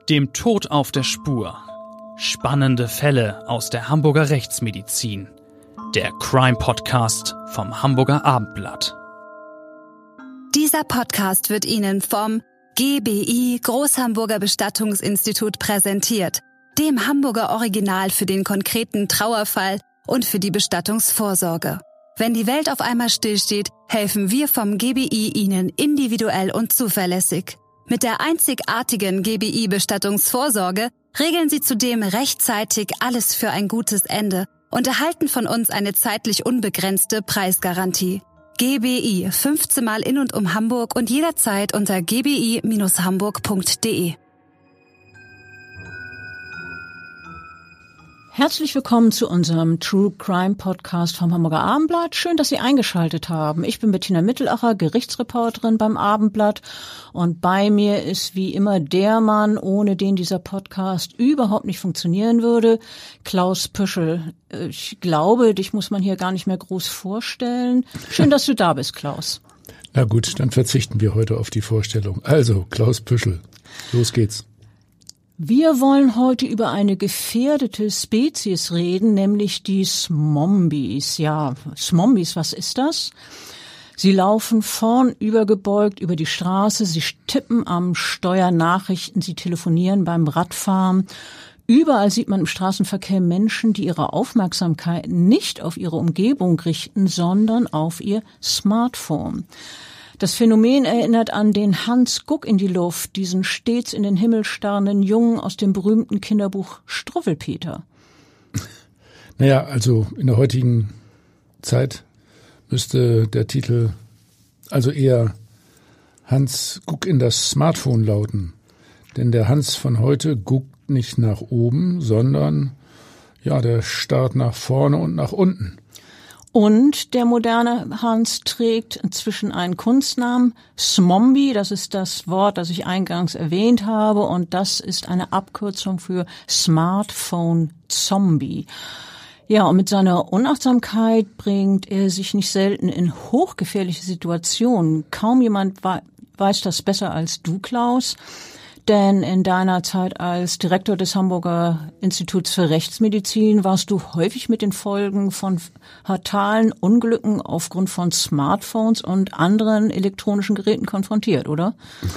Dem Tod auf der Spur. Spannende Fälle aus der Hamburger Rechtsmedizin. Der Crime-Podcast vom Hamburger Abendblatt. Dieser Podcast wird Ihnen vom GBI Großhamburger Bestattungsinstitut präsentiert, dem Hamburger Original für den konkreten Trauerfall und für die Bestattungsvorsorge. Wenn die Welt auf einmal stillsteht, helfen wir vom GBI Ihnen individuell und zuverlässig. Mit der einzigartigen GBI-Bestattungsvorsorge regeln Sie zudem rechtzeitig alles für ein gutes Ende und erhalten von uns eine zeitlich unbegrenzte Preisgarantie. GBI, 15 Mal in und um Hamburg und jederzeit unter gbi-hamburg.de. Herzlich willkommen zu unserem True Crime Podcast vom Hamburger Abendblatt. Schön, dass Sie eingeschaltet haben. Ich bin Bettina Mittelacher, Gerichtsreporterin beim Abendblatt. Und bei mir ist wie immer der Mann, ohne den dieser Podcast überhaupt nicht funktionieren würde, Klaus Püschel. Ich glaube, dich muss man hier gar nicht mehr groß vorstellen. Schön, dass du da bist, Klaus. Na gut, dann verzichten wir heute auf die Vorstellung. Also, Klaus Püschel, los geht's. Wir wollen heute über eine gefährdete Spezies reden, nämlich die Smombies. Ja, Smombies, was ist das? Sie laufen vornübergebeugt über die Straße, sie tippen am Steuer Nachrichten, sie telefonieren beim Radfahren. Überall sieht man im Straßenverkehr Menschen, die ihre Aufmerksamkeit nicht auf ihre Umgebung richten, sondern auf ihr Smartphone. Das Phänomen erinnert an den Hans Guck in die Luft, diesen stets in den Himmel starrenden Jungen aus dem berühmten Kinderbuch Struwwelpeter. Naja, also in der heutigen Zeit müsste der Titel also eher Hans Guck in das Smartphone lauten. Denn der Hans von heute guckt nicht nach oben, sondern ja, der starrt nach vorne und nach unten. Und der moderne Hans trägt inzwischen einen Kunstnamen, Smombie, das ist das Wort, das ich eingangs erwähnt habe, und das ist eine Abkürzung für Smartphone Zombie. Ja, und mit seiner Unachtsamkeit bringt er sich nicht selten in hochgefährliche Situationen. Kaum jemand weiß das besser als du, Klaus. Denn in deiner Zeit als Direktor des Hamburger Instituts für Rechtsmedizin warst du häufig mit den Folgen von fatalen Unglücken aufgrund von Smartphones und anderen elektronischen Geräten konfrontiert, oder?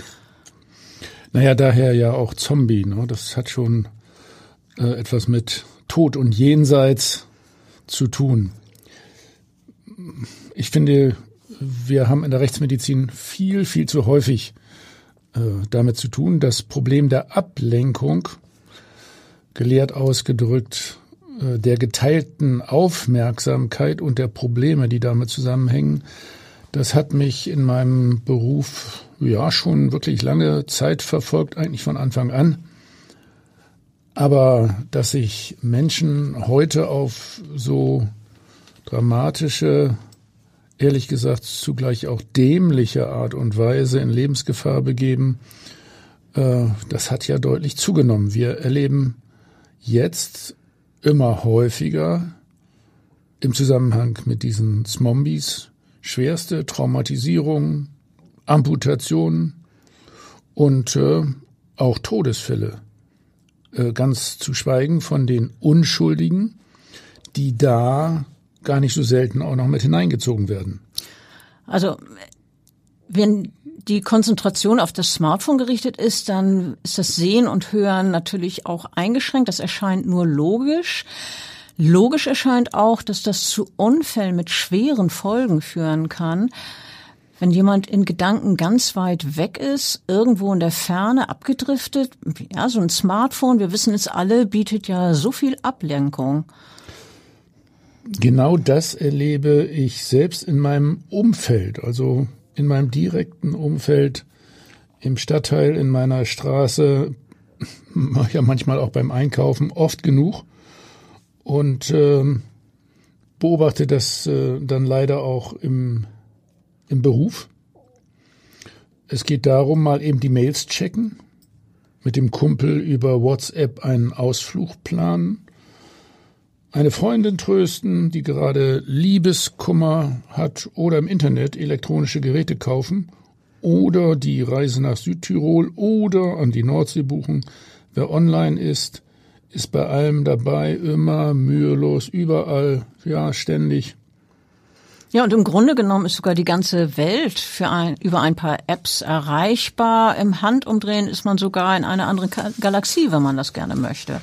Naja, daher ja auch Zombie, ne? Das hat schon etwas mit Tod und Jenseits zu tun. Ich finde, wir haben in der Rechtsmedizin viel zu häufig damit zu tun, das Problem der Ablenkung, gelehrt ausgedrückt, der geteilten Aufmerksamkeit und der Probleme, die damit zusammenhängen, das hat mich in meinem Beruf ja schon wirklich lange Zeit verfolgt, eigentlich von Anfang an. Aber dass sich Menschen heute auf so dramatische, ehrlich gesagt zugleich auch dämliche Art und Weise in Lebensgefahr begeben, das hat ja deutlich zugenommen. Wir erleben jetzt immer häufiger im Zusammenhang mit diesen Smombies schwerste Traumatisierungen, Amputationen und auch Todesfälle. Ganz zu schweigen von den Unschuldigen, die da gar nicht so selten auch noch mit hineingezogen werden. Also wenn die Konzentration auf das Smartphone gerichtet ist, dann ist das Sehen und Hören natürlich auch eingeschränkt. Das erscheint nur logisch. Logisch erscheint auch, dass das zu Unfällen mit schweren Folgen führen kann. Wenn jemand in Gedanken ganz weit weg ist, irgendwo in der Ferne abgedriftet, ja, so ein Smartphone, wir wissen es alle, bietet ja so viel Ablenkung. Genau das erlebe ich selbst in meinem Umfeld, also in meinem direkten Umfeld, im Stadtteil, in meiner Straße, ja manchmal auch beim Einkaufen, oft genug und beobachte das dann leider auch im Beruf. Es geht darum, mal eben die Mails checken, mit dem Kumpel über WhatsApp einen Ausflug planen, eine Freundin trösten, die gerade Liebeskummer hat, oder im Internet elektronische Geräte kaufen oder die Reise nach Südtirol oder an die Nordsee buchen, Wer online ist bei allem dabei, immer mühelos, überall, ja, ständig. Ja, und im Grunde genommen ist sogar die ganze Welt über ein paar Apps erreichbar. Im Handumdrehen ist man sogar in einer anderen Galaxie, wenn man das gerne möchte.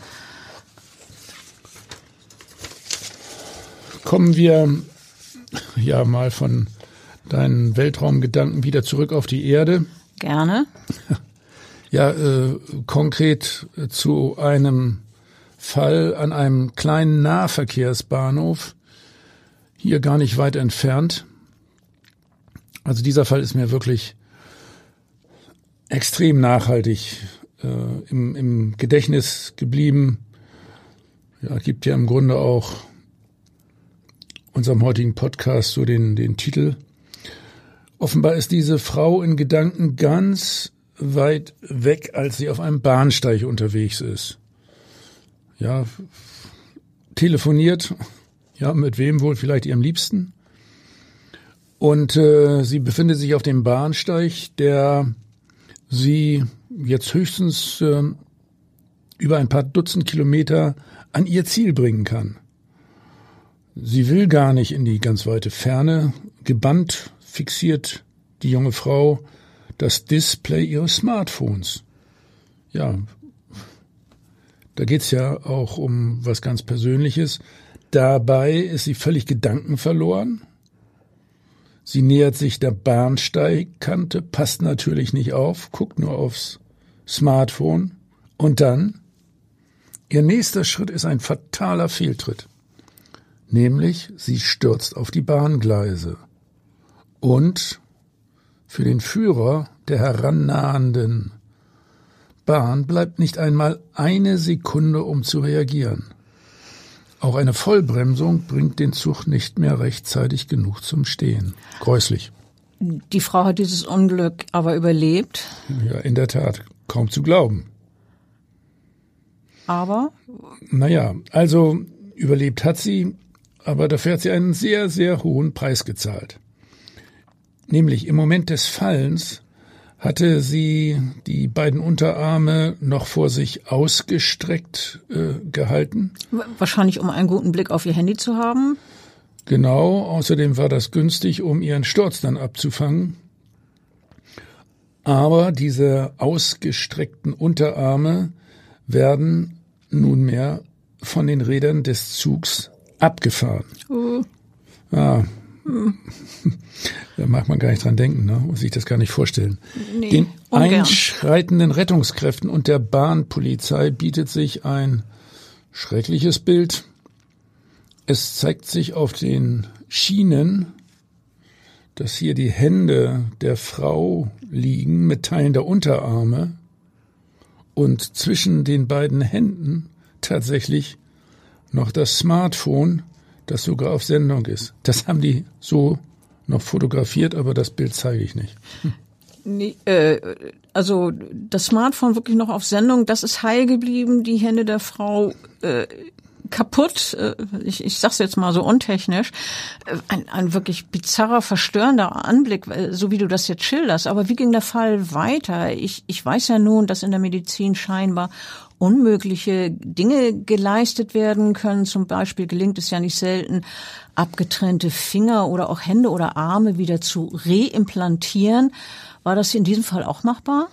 Kommen wir ja mal von deinen Weltraumgedanken wieder zurück auf die Erde. Gerne. Ja, konkret zu einem Fall an einem kleinen Nahverkehrsbahnhof, hier gar nicht weit entfernt. Also dieser Fall ist mir wirklich extrem nachhaltig im Gedächtnis geblieben. Ja, gibt ja im Grunde auch unserem heutigen Podcast so den Titel. Offenbar ist diese Frau in Gedanken ganz weit weg, als sie auf einem Bahnsteig unterwegs ist. Ja, telefoniert, ja, mit wem wohl, vielleicht ihrem Liebsten. Und sie befindet sich auf dem Bahnsteig, der sie jetzt höchstens über ein paar Dutzend Kilometer an ihr Ziel bringen kann. Sie will gar nicht in die ganz weite Ferne. Gebannt fixiert die junge Frau das Display ihres Smartphones. Ja, da geht's ja auch um was ganz Persönliches. Dabei ist sie völlig gedankenverloren. Sie nähert sich der Bahnsteigkante, passt natürlich nicht auf, guckt nur aufs Smartphone. Und dann, ihr nächster Schritt ist ein fataler Fehltritt. Nämlich, sie stürzt auf die Bahngleise. Und für den Führer der herannahenden Bahn bleibt nicht einmal eine Sekunde, um zu reagieren. Auch eine Vollbremsung bringt den Zug nicht mehr rechtzeitig genug zum Stehen. Gräuslich. Die Frau hat dieses Unglück aber überlebt. Ja, in der Tat. Kaum zu glauben. Aber? Naja, also überlebt hat sie, aber dafür hat sie einen sehr, sehr hohen Preis gezahlt. Nämlich im Moment des Fallens hatte sie die beiden Unterarme noch vor sich ausgestreckt gehalten. Wahrscheinlich, um einen guten Blick auf ihr Handy zu haben. Genau, außerdem war das günstig, um ihren Sturz dann abzufangen. Aber diese ausgestreckten Unterarme werden nunmehr von den Rädern des Zugs abgefahren. Ja. Da mag man gar nicht dran denken, ne? Muss sich das gar nicht vorstellen. Nee, den ungern. einschreitenden Rettungskräften und der Bahnpolizei bietet sich ein schreckliches Bild. Es zeigt sich auf den Schienen, dass hier die Hände der Frau liegen mit Teilen der Unterarme und zwischen den beiden Händen tatsächlich noch das Smartphone, das sogar auf Sendung ist. Das haben die so noch fotografiert, aber das Bild zeige ich nicht. Nee, also das Smartphone wirklich noch auf Sendung, das ist heil geblieben, die Hände der Frau kaputt. Ich sag's jetzt mal so untechnisch. Ein wirklich bizarrer, verstörender Anblick, so wie du das jetzt schilderst. Aber wie ging der Fall weiter? Ich weiß ja nun, dass in der Medizin scheinbar unmögliche Dinge geleistet werden können. Zum Beispiel gelingt es ja nicht selten, abgetrennte Finger oder auch Hände oder Arme wieder zu reimplantieren. War das in diesem Fall auch machbar?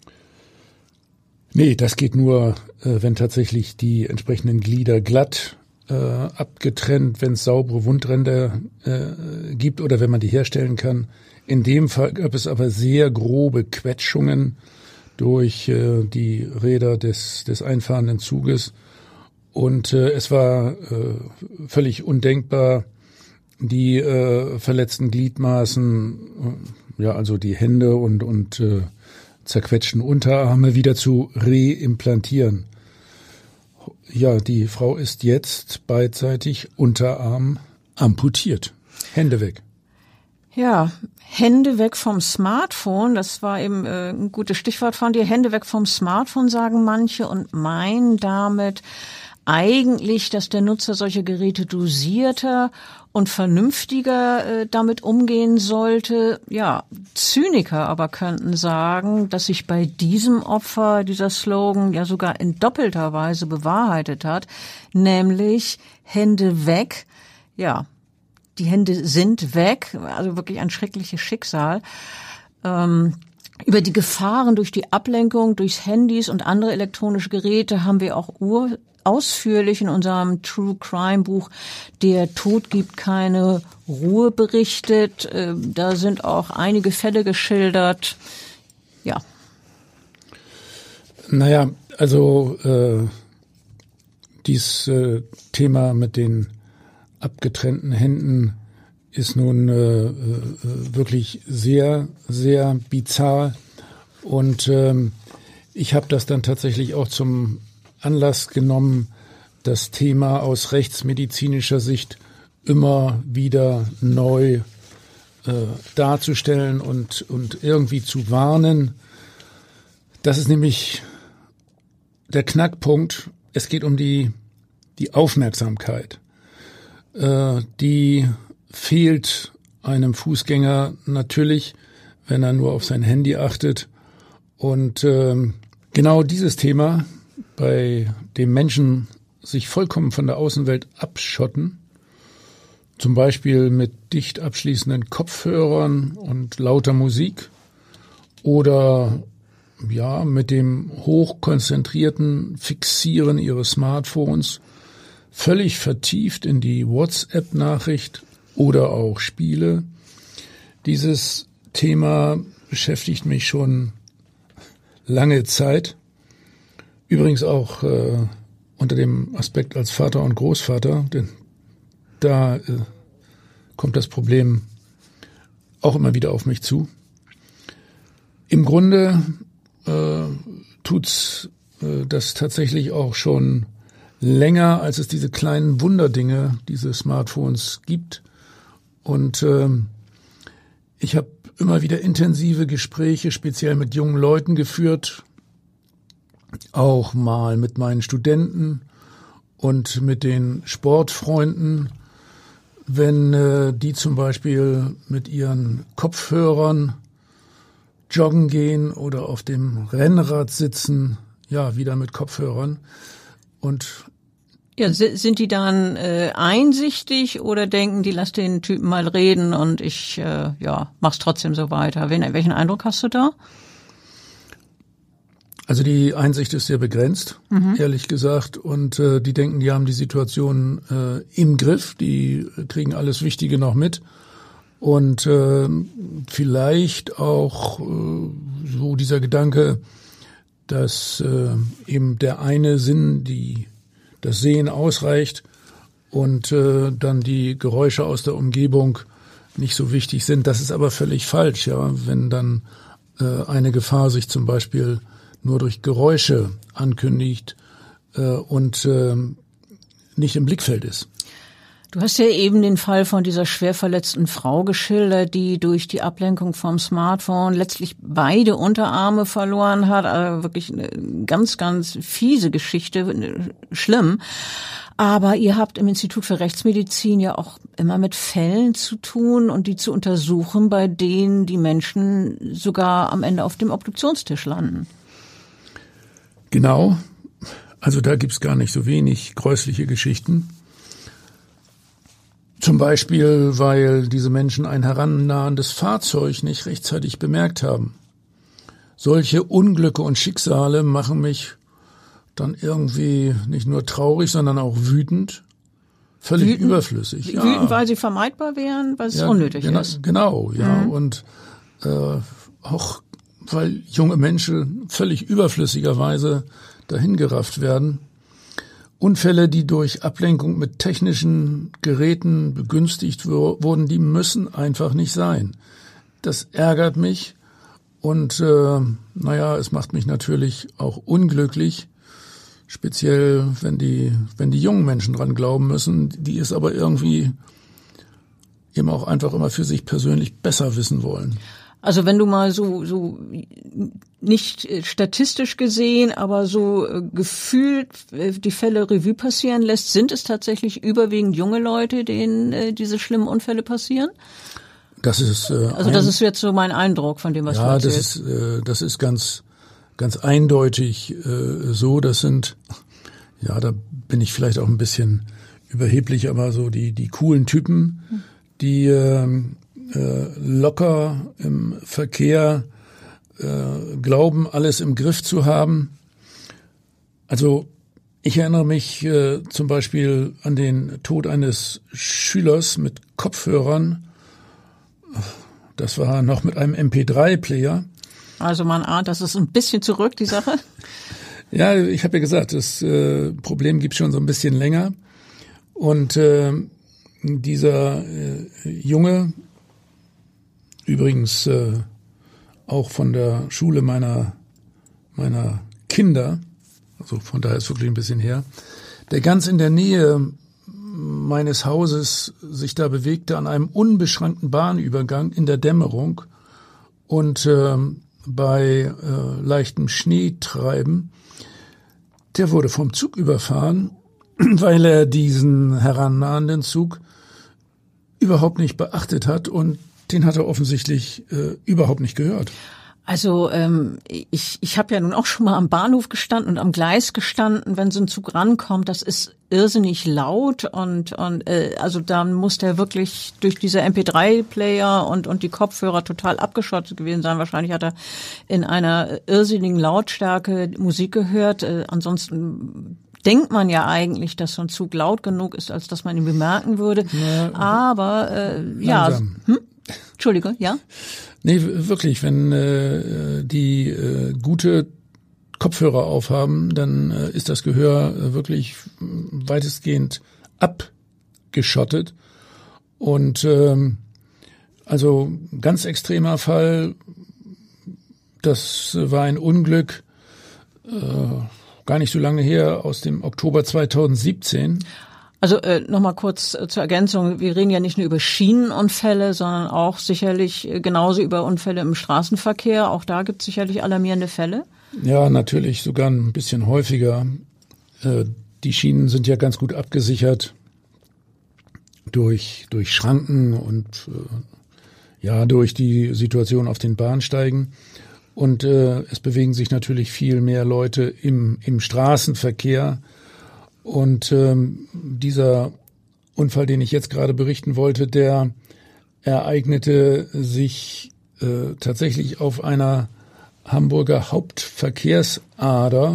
Nee, das geht nur, wenn tatsächlich die entsprechenden Glieder glatt abgetrennt, wenn es saubere Wundränder gibt oder wenn man die herstellen kann. In dem Fall gab es aber sehr grobe Quetschungen durch die Räder des einfahrenden Zuges. Und es war völlig undenkbar, die verletzten Gliedmaßen, ja, also die Hände und zerquetschten Unterarme wieder zu reimplantieren. Ja, die Frau ist jetzt beidseitig Unterarm amputiert. Hände weg. Ja, Hände weg vom Smartphone, das war eben ein gutes Stichwort von dir. Hände weg vom Smartphone, sagen manche, und meinen damit eigentlich, dass der Nutzer solche Geräte dosierter und vernünftiger damit umgehen sollte. Ja, Zyniker aber könnten sagen, dass sich bei diesem Opfer dieser Slogan ja sogar in doppelter Weise bewahrheitet hat, nämlich Hände weg. Ja, die Hände sind weg, also wirklich ein schreckliches Schicksal. Über die Gefahren durch die Ablenkung, durchs Handys und andere elektronische Geräte haben wir auch ausführlich in unserem True Crime Buch Der Tod gibt keine Ruhe berichtet. Da sind auch einige Fälle geschildert. Ja. Naja, also dieses Thema mit den abgetrennten Händen ist nun wirklich sehr, sehr bizarr. Und ich habe das dann tatsächlich auch zum Anlass genommen, das Thema aus rechtsmedizinischer Sicht immer wieder neu darzustellen und irgendwie zu warnen. Das ist nämlich der Knackpunkt. Es geht um die Aufmerksamkeit. Die fehlt einem Fußgänger natürlich, wenn er nur auf sein Handy achtet. Und genau dieses Thema, bei dem Menschen sich vollkommen von der Außenwelt abschotten, zum Beispiel mit dicht abschließenden Kopfhörern und lauter Musik oder ja mit dem hochkonzentrierten Fixieren ihres Smartphones, völlig vertieft in die WhatsApp-Nachricht oder auch Spiele. Dieses Thema beschäftigt mich schon lange Zeit. Übrigens auch unter dem Aspekt als Vater und Großvater, denn da kommt das Problem auch immer wieder auf mich zu. Im Grunde tut's das tatsächlich auch schon länger, als es diese kleinen Wunderdinge, diese Smartphones gibt. Und ich habe immer wieder intensive Gespräche, speziell mit jungen Leuten geführt, auch mal mit meinen Studenten und mit den Sportfreunden, wenn die zum Beispiel mit ihren Kopfhörern joggen gehen oder auf dem Rennrad sitzen, ja, wieder mit Kopfhörern. Und ja, sind die dann einsichtig oder denken die, lass den Typen mal reden und ich mach's trotzdem so weiter? Welchen Eindruck hast du da? Also die Einsicht ist sehr begrenzt, ehrlich gesagt. Und die denken, die haben die Situation im Griff. Die kriegen alles Wichtige noch mit. Und vielleicht auch so dieser Gedanke, dass eben der eine Sinn, das Sehen ausreicht und dann die Geräusche aus der Umgebung nicht so wichtig sind. Das ist aber völlig falsch, ja, wenn dann eine Gefahr sich zum Beispiel nur durch Geräusche ankündigt und nicht im Blickfeld ist. Du hast ja eben den Fall von dieser schwer verletzten Frau geschildert, die durch die Ablenkung vom Smartphone letztlich beide Unterarme verloren hat. Also wirklich eine ganz, ganz fiese Geschichte, schlimm. Aber ihr habt im Institut für Rechtsmedizin ja auch immer mit Fällen zu tun und die zu untersuchen, bei denen die Menschen sogar am Ende auf dem Obduktionstisch landen. Genau. Also da gibt's gar nicht so wenig gräusliche Geschichten. Zum Beispiel, weil diese Menschen ein herannahendes Fahrzeug nicht rechtzeitig bemerkt haben. Solche Unglücke und Schicksale machen mich dann irgendwie nicht nur traurig, sondern auch wütend. Völlig überflüssig. Ja. Wütend, weil sie vermeidbar wären, weil es unnötig ist. Genau, ja. Und auch weil junge Menschen völlig überflüssigerweise dahingerafft werden. Unfälle, die durch Ablenkung mit technischen Geräten begünstigt wurden, die müssen einfach nicht sein. Das ärgert mich und es macht mich natürlich auch unglücklich, speziell wenn die jungen Menschen dran glauben müssen, die es aber irgendwie eben auch einfach immer für sich persönlich besser wissen wollen. Also wenn du mal so nicht statistisch gesehen, aber so gefühlt die Fälle Revue passieren lässt, sind es tatsächlich überwiegend junge Leute, denen diese schlimmen Unfälle passieren? Das ist das ist jetzt so mein Eindruck von dem, was du erzählst. Das ist ganz eindeutig so. Das sind, ja, da bin ich vielleicht auch ein bisschen überheblich, aber so die coolen Typen, die locker im Verkehr glauben, alles im Griff zu haben. Also ich erinnere mich zum Beispiel an den Tod eines Schülers mit Kopfhörern. Das war noch mit einem MP3-Player. Also man ahnt, das ist ein bisschen zurück, die Sache. Ja, ich habe ja gesagt, das Problem gibt es schon so ein bisschen länger. Und dieser Junge, übrigens auch von der Schule meiner Kinder, also von daher ist wirklich ein bisschen her, der ganz in der Nähe meines Hauses sich da bewegte an einem unbeschränkten Bahnübergang in der Dämmerung und bei leichtem Schneetreiben, der wurde vom Zug überfahren, weil er diesen herannahenden Zug überhaupt nicht beachtet hat und den hat er offensichtlich überhaupt nicht gehört. Also ich habe ja nun auch schon mal am Bahnhof gestanden und am Gleis gestanden, wenn so ein Zug rankommt, das ist irrsinnig laut und also dann muss der wirklich durch diese MP3-Player und die Kopfhörer total abgeschottet gewesen sein. Wahrscheinlich hat er in einer irrsinnigen Lautstärke Musik gehört. Ansonsten denkt man ja eigentlich, dass so ein Zug laut genug ist, als dass man ihn bemerken würde. Ja, aber ja. Entschuldige, ja? Nee, wirklich, wenn die gute Kopfhörer aufhaben, dann ist das Gehör wirklich weitestgehend abgeschottet. Und also ganz extremer Fall, das war ein Unglück, gar nicht so lange her, aus dem Oktober 2017. Also nochmal kurz zur Ergänzung, wir reden ja nicht nur über Schienenunfälle, sondern auch sicherlich genauso über Unfälle im Straßenverkehr. Auch da gibt es sicherlich alarmierende Fälle. Ja, natürlich, sogar ein bisschen häufiger. Die Schienen sind ja ganz gut abgesichert durch Schranken und ja, durch die Situation auf den Bahnsteigen. Und es bewegen sich natürlich viel mehr Leute im Straßenverkehr. Und dieser Unfall, den ich jetzt gerade berichten wollte, der ereignete sich tatsächlich auf einer Hamburger Hauptverkehrsader,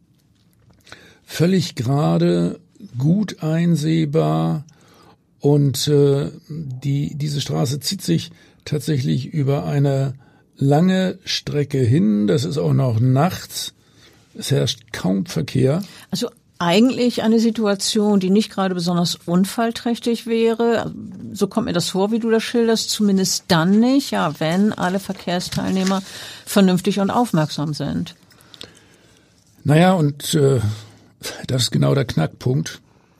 völlig gerade, gut einsehbar, und diese Straße zieht sich tatsächlich über eine lange Strecke hin. Das ist auch noch nachts. Es herrscht kaum Verkehr. Also eigentlich eine Situation, die nicht gerade besonders unfallträchtig wäre. So kommt mir das vor, wie du das schilderst. Zumindest dann nicht, ja, wenn alle Verkehrsteilnehmer vernünftig und aufmerksam sind. Naja, und das ist genau der Knackpunkt.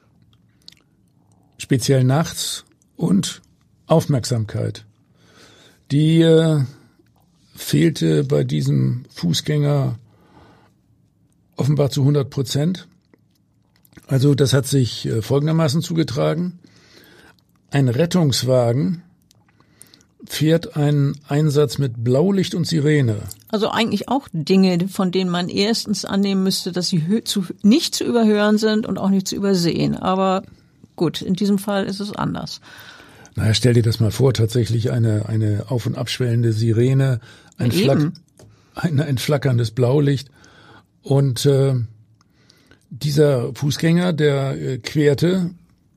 Speziell nachts und Aufmerksamkeit. Die fehlte bei diesem Fußgänger offenbar zu 100%. Also das hat sich folgendermaßen zugetragen. Ein Rettungswagen fährt einen Einsatz mit Blaulicht und Sirene. Also eigentlich auch Dinge, von denen man erstens annehmen müsste, dass sie nicht zu überhören sind und auch nicht zu übersehen. Aber gut, in diesem Fall ist es anders. Naja, stell dir das mal vor, tatsächlich eine auf- und abschwellende Sirene, ein flackerndes Blaulicht. Und dieser Fußgänger, der querte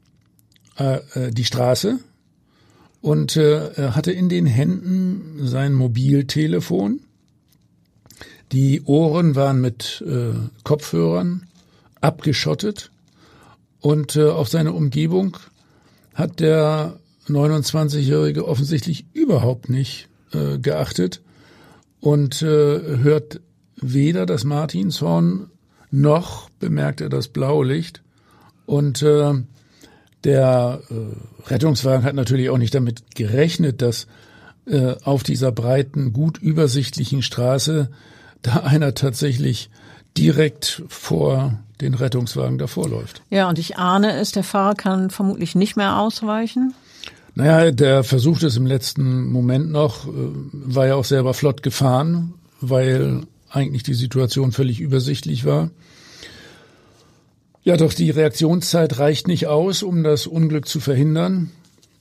die Straße und hatte in den Händen sein Mobiltelefon. Die Ohren waren mit Kopfhörern abgeschottet und auf seine Umgebung hat der 29-Jährige offensichtlich überhaupt nicht geachtet und hört weder das Martinshorn noch bemerkt er das Blaulicht. Und der Rettungswagen hat natürlich auch nicht damit gerechnet, dass auf dieser breiten, gut übersichtlichen Straße, da einer tatsächlich direkt vor den Rettungswagen davor läuft. Ja, und ich ahne es, der Fahrer kann vermutlich nicht mehr ausweichen. Naja, der versucht es im letzten Moment noch, war ja auch selber flott gefahren, weil eigentlich die Situation völlig übersichtlich war. Ja, doch die Reaktionszeit reicht nicht aus, um das Unglück zu verhindern.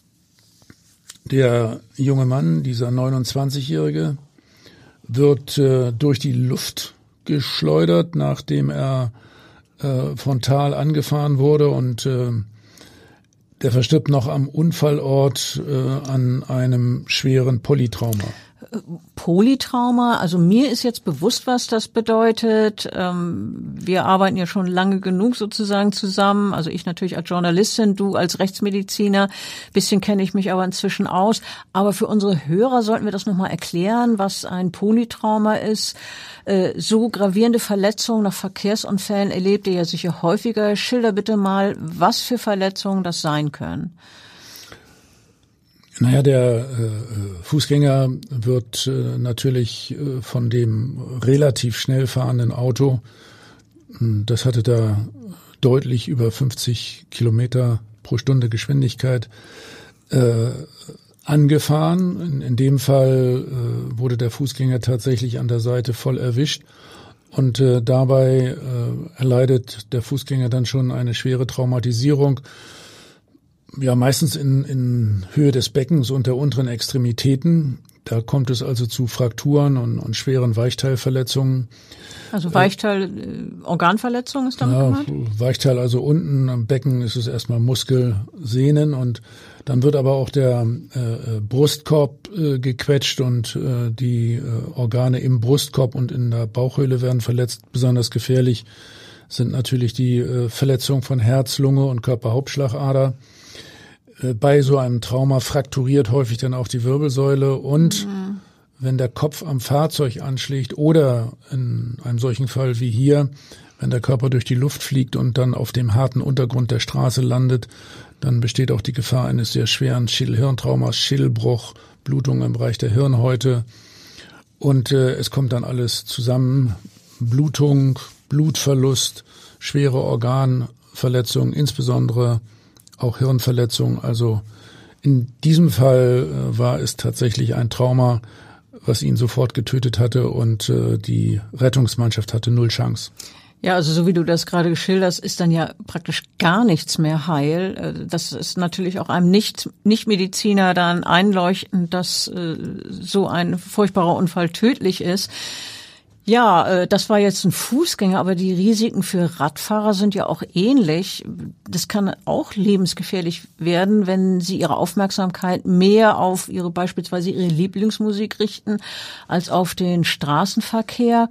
Der junge Mann, dieser 29-Jährige, wird durch die Luft geschleudert, nachdem er frontal angefahren wurde, und der verstirbt noch am Unfallort an einem schweren Polytrauma. Polytrauma, also mir ist jetzt bewusst, was das bedeutet. Wir arbeiten ja schon lange genug sozusagen zusammen. Also ich natürlich als Journalistin, du als Rechtsmediziner. Bisschen kenne ich mich aber inzwischen aus. Aber für unsere Hörer sollten wir das nochmal erklären, was ein Polytrauma ist. So gravierende Verletzungen nach Verkehrsunfällen erlebt ihr ja sicher häufiger. Schilder bitte mal, was für Verletzungen das sein können. Naja, der Fußgänger wird natürlich von dem relativ schnell fahrenden Auto, das hatte da deutlich über 50 Kilometer pro Stunde Geschwindigkeit, angefahren. In dem Fall wurde der Fußgänger tatsächlich an der Seite voll erwischt, und dabei erleidet der Fußgänger dann schon eine schwere Traumatisierung. Ja, meistens in Höhe des Beckens und der unteren Extremitäten. Da kommt es also zu Frakturen und schweren Weichteilverletzungen. Also Organverletzung ist damit gemeint? Weichteil, also unten am Becken ist es erstmal Muskel, Sehnen, und dann wird aber auch der Brustkorb gequetscht, und die Organe im Brustkorb und in der Bauchhöhle werden verletzt. Besonders gefährlich sind natürlich die Verletzungen von Herz, Lunge und Körperhauptschlagader. Bei so einem Trauma frakturiert häufig dann auch die Wirbelsäule, und wenn der Kopf am Fahrzeug anschlägt oder in einem solchen Fall wie hier, wenn der Körper durch die Luft fliegt und dann auf dem harten Untergrund der Straße landet, dann besteht auch die Gefahr eines sehr schweren Schädel-Hirntraumas, Schädelbruch, Blutung im Bereich der Hirnhäute, und es kommt dann alles zusammen: Blutung, Blutverlust, schwere Organverletzungen, insbesondere auch Hirnverletzung. Also in diesem Fall war es tatsächlich ein Trauma, was ihn sofort getötet hatte, und die Rettungsmannschaft hatte null Chance. Ja, also so wie du das gerade geschildert, ist dann ja praktisch gar nichts mehr heil. Das ist natürlich auch einem Nicht-Mediziner dann einleuchtend, dass so ein furchtbarer Unfall tödlich ist. Ja, das war jetzt ein Fußgänger, aber die Risiken für Radfahrer sind ja auch ähnlich. Das kann auch lebensgefährlich werden, wenn sie ihre Aufmerksamkeit mehr auf beispielsweise ihre Lieblingsmusik richten, als auf den Straßenverkehr.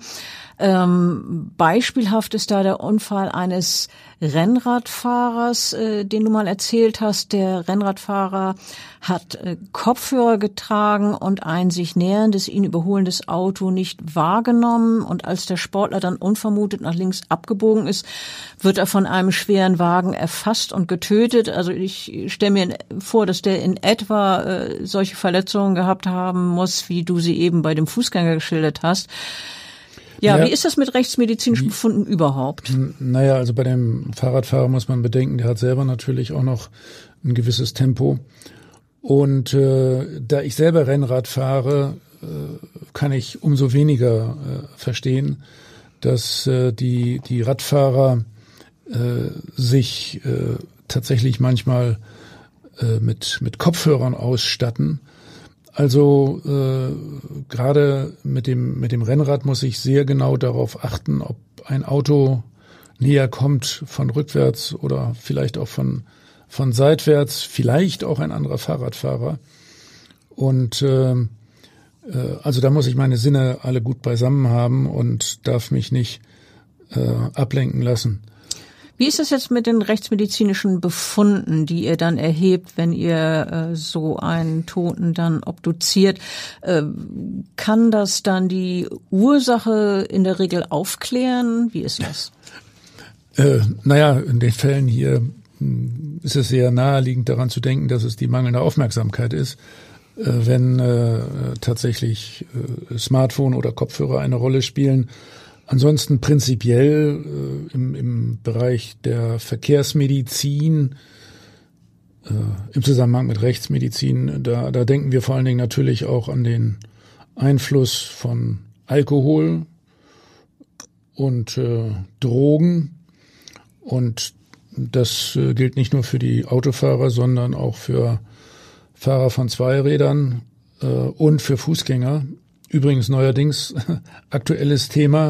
Beispielhaft ist da der Unfall eines Rennradfahrers, den du mal erzählt hast. Der Rennradfahrer hat Kopfhörer getragen und ein sich näherndes, ihn überholendes Auto nicht wahrgenommen. Und als der Sportler dann unvermutet nach links abgebogen ist, wird er von einem schweren Wagen erfasst und getötet. Also ich stelle mir vor, dass der in etwa solche Verletzungen gehabt haben muss, wie du sie eben bei dem Fußgänger geschildert hast. Ja, wie ist das mit rechtsmedizinischen Befunden überhaupt? Naja, also bei dem Fahrradfahrer muss man bedenken, der hat selber natürlich auch noch ein gewisses Tempo. Und da ich selber Rennrad fahre, kann ich umso weniger verstehen, dass die Radfahrer sich tatsächlich manchmal mit Kopfhörern ausstatten. Also gerade mit dem Rennrad muss ich sehr genau darauf achten, ob ein Auto näher kommt von rückwärts oder vielleicht auch von seitwärts, vielleicht auch ein anderer Fahrradfahrer. Und also da muss ich meine Sinne alle gut beisammen haben und darf mich nicht ablenken lassen. Wie ist das jetzt mit den rechtsmedizinischen Befunden, die ihr dann erhebt, wenn ihr so einen Toten dann obduziert? Kann das dann die Ursache in der Regel aufklären? Wie ist das? Naja, in den Fällen hier ist es sehr naheliegend daran zu denken, dass es die mangelnde Aufmerksamkeit ist. wenn tatsächlich Smartphone oder Kopfhörer eine Rolle spielen. Ansonsten prinzipiell im Bereich der Verkehrsmedizin, im Zusammenhang mit Rechtsmedizin, da denken wir vor allen Dingen natürlich auch an den Einfluss von Alkohol und Drogen. Und das gilt nicht nur für die Autofahrer, sondern auch für Fahrer von Zweirädern und für Fußgänger. Übrigens neuerdings aktuelles Thema.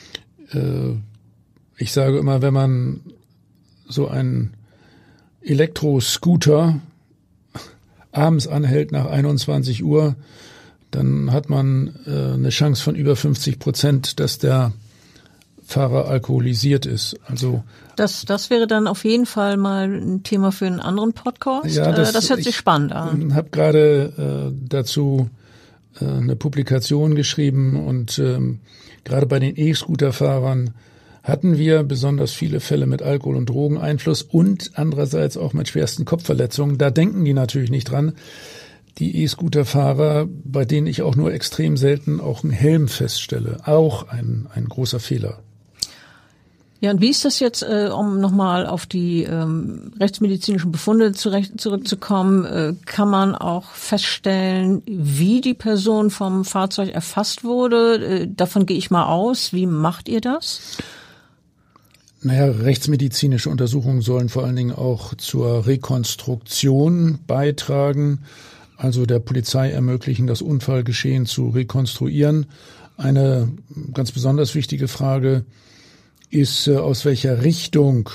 Ich sage immer, wenn man so einen Elektroscooter abends anhält nach 21 Uhr, dann hat man eine Chance von über 50%, dass der Fahrer alkoholisiert ist. Also das wäre dann auf jeden Fall mal ein Thema für einen anderen Podcast. Ja, das hört sich spannend an. Ich habe gerade dazu eine Publikation geschrieben und gerade bei den E-Scooter-Fahrern hatten wir besonders viele Fälle mit Alkohol- und Drogeneinfluss und andererseits auch mit schwersten Kopfverletzungen. Da denken die natürlich nicht dran. Die E-Scooter-Fahrer, bei denen ich auch nur extrem selten auch einen Helm feststelle, auch ein großer Fehler. Ja, und wie ist das jetzt, um nochmal auf die rechtsmedizinischen Befunde zurückzukommen, kann man auch feststellen, wie die Person vom Fahrzeug erfasst wurde? Davon gehe ich mal aus. Wie macht ihr das? Naja, rechtsmedizinische Untersuchungen sollen vor allen Dingen auch zur Rekonstruktion beitragen, also der Polizei ermöglichen, das Unfallgeschehen zu rekonstruieren. Eine ganz besonders wichtige Frage ist, aus welcher Richtung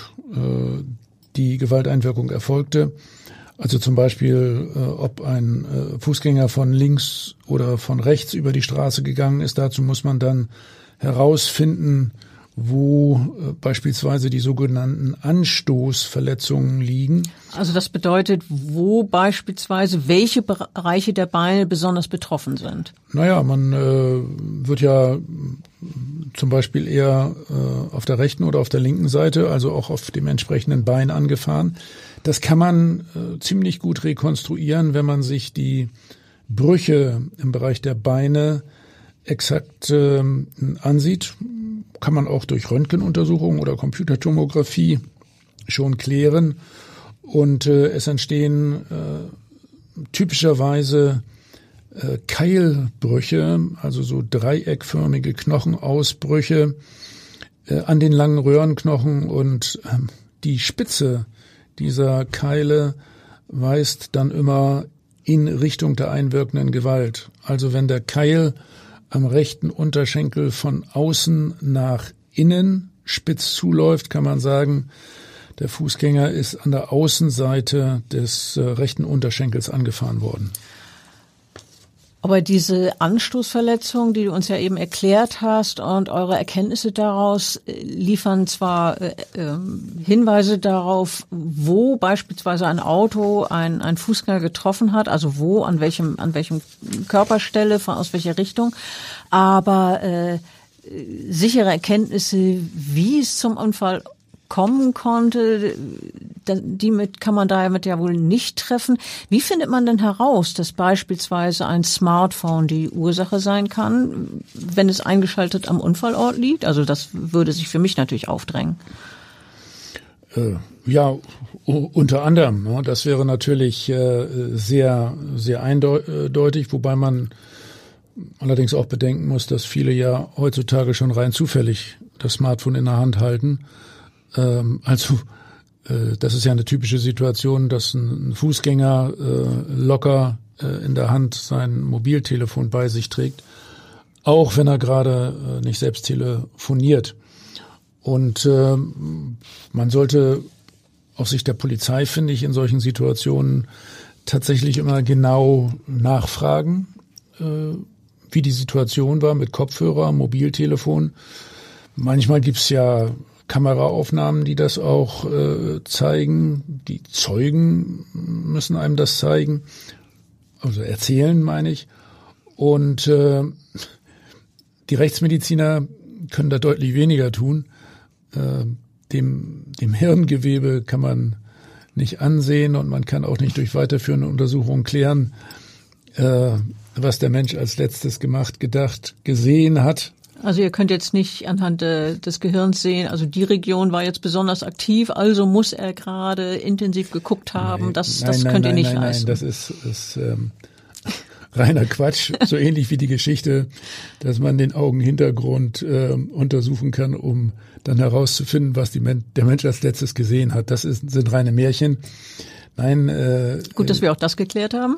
die Gewalteinwirkung erfolgte. Also zum Beispiel, ob ein Fußgänger von links oder von rechts über die Straße gegangen ist. Dazu muss man dann herausfinden, wo beispielsweise die sogenannten Anstoßverletzungen liegen. Also das bedeutet, wo beispielsweise welche Bereiche der Beine besonders betroffen sind? Naja, man wird ja zum Beispiel eher auf der rechten oder auf der linken Seite, also auch auf dem entsprechenden Bein angefahren. Das kann man ziemlich gut rekonstruieren, wenn man sich die Brüche im Bereich der Beine exakt ansieht. Kann man auch durch Röntgenuntersuchungen oder Computertomographie schon klären. Und es entstehen typischerweise Keilbrüche, also so dreieckförmige Knochenausbrüche an den langen Röhrenknochen. Und die Spitze dieser Keile weist dann immer in Richtung der einwirkenden Gewalt. Also wenn der Keil am rechten Unterschenkel von außen nach innen spitz zuläuft, kann man sagen, der Fußgänger ist an der Außenseite des rechten Unterschenkels angefahren worden. Aber diese Anstoßverletzung, die du uns ja eben erklärt hast und eure Erkenntnisse daraus liefern zwar Hinweise darauf, wo beispielsweise ein Auto einen Fußgänger getroffen hat, also wo, an welchem Körperstelle, aus welcher Richtung, aber sichere Erkenntnisse, wie es zum Unfall kommen konnte, kann man damit ja wohl nicht treffen. Wie findet man denn heraus, dass beispielsweise ein Smartphone die Ursache sein kann, wenn es eingeschaltet am Unfallort liegt? Also das würde sich für mich natürlich aufdrängen. Ja, unter anderem. Ne? Das wäre natürlich sehr, sehr eindeutig, wobei man allerdings auch bedenken muss, dass viele ja heutzutage schon rein zufällig das Smartphone in der Hand halten. Also das ist ja eine typische Situation, dass ein Fußgänger locker in der Hand sein Mobiltelefon bei sich trägt, auch wenn er gerade nicht selbst telefoniert. Und man sollte aus Sicht der Polizei, finde ich, in solchen Situationen tatsächlich immer genau nachfragen, wie die Situation war mit Kopfhörer, Mobiltelefon. Manchmal gibt's ja Kameraaufnahmen, die das auch zeigen. Die Zeugen müssen einem das zeigen, also erzählen, meine ich. Und die Rechtsmediziner können da deutlich weniger tun. Dem Hirngewebe kann man nicht ansehen und man kann auch nicht durch weiterführende Untersuchungen klären, was der Mensch als letztes gemacht, gedacht, gesehen hat. Also ihr könnt jetzt nicht anhand des Gehirns sehen, also die Region war jetzt besonders aktiv, also muss er gerade intensiv geguckt haben. Das könnt ihr nicht leisten. Nein, das ist reiner Quatsch. So ähnlich wie die Geschichte, dass man den Augenhintergrund untersuchen kann, um dann herauszufinden, was der Mensch als letztes gesehen hat. Das sind reine Märchen. Nein. Gut, dass wir auch das geklärt haben.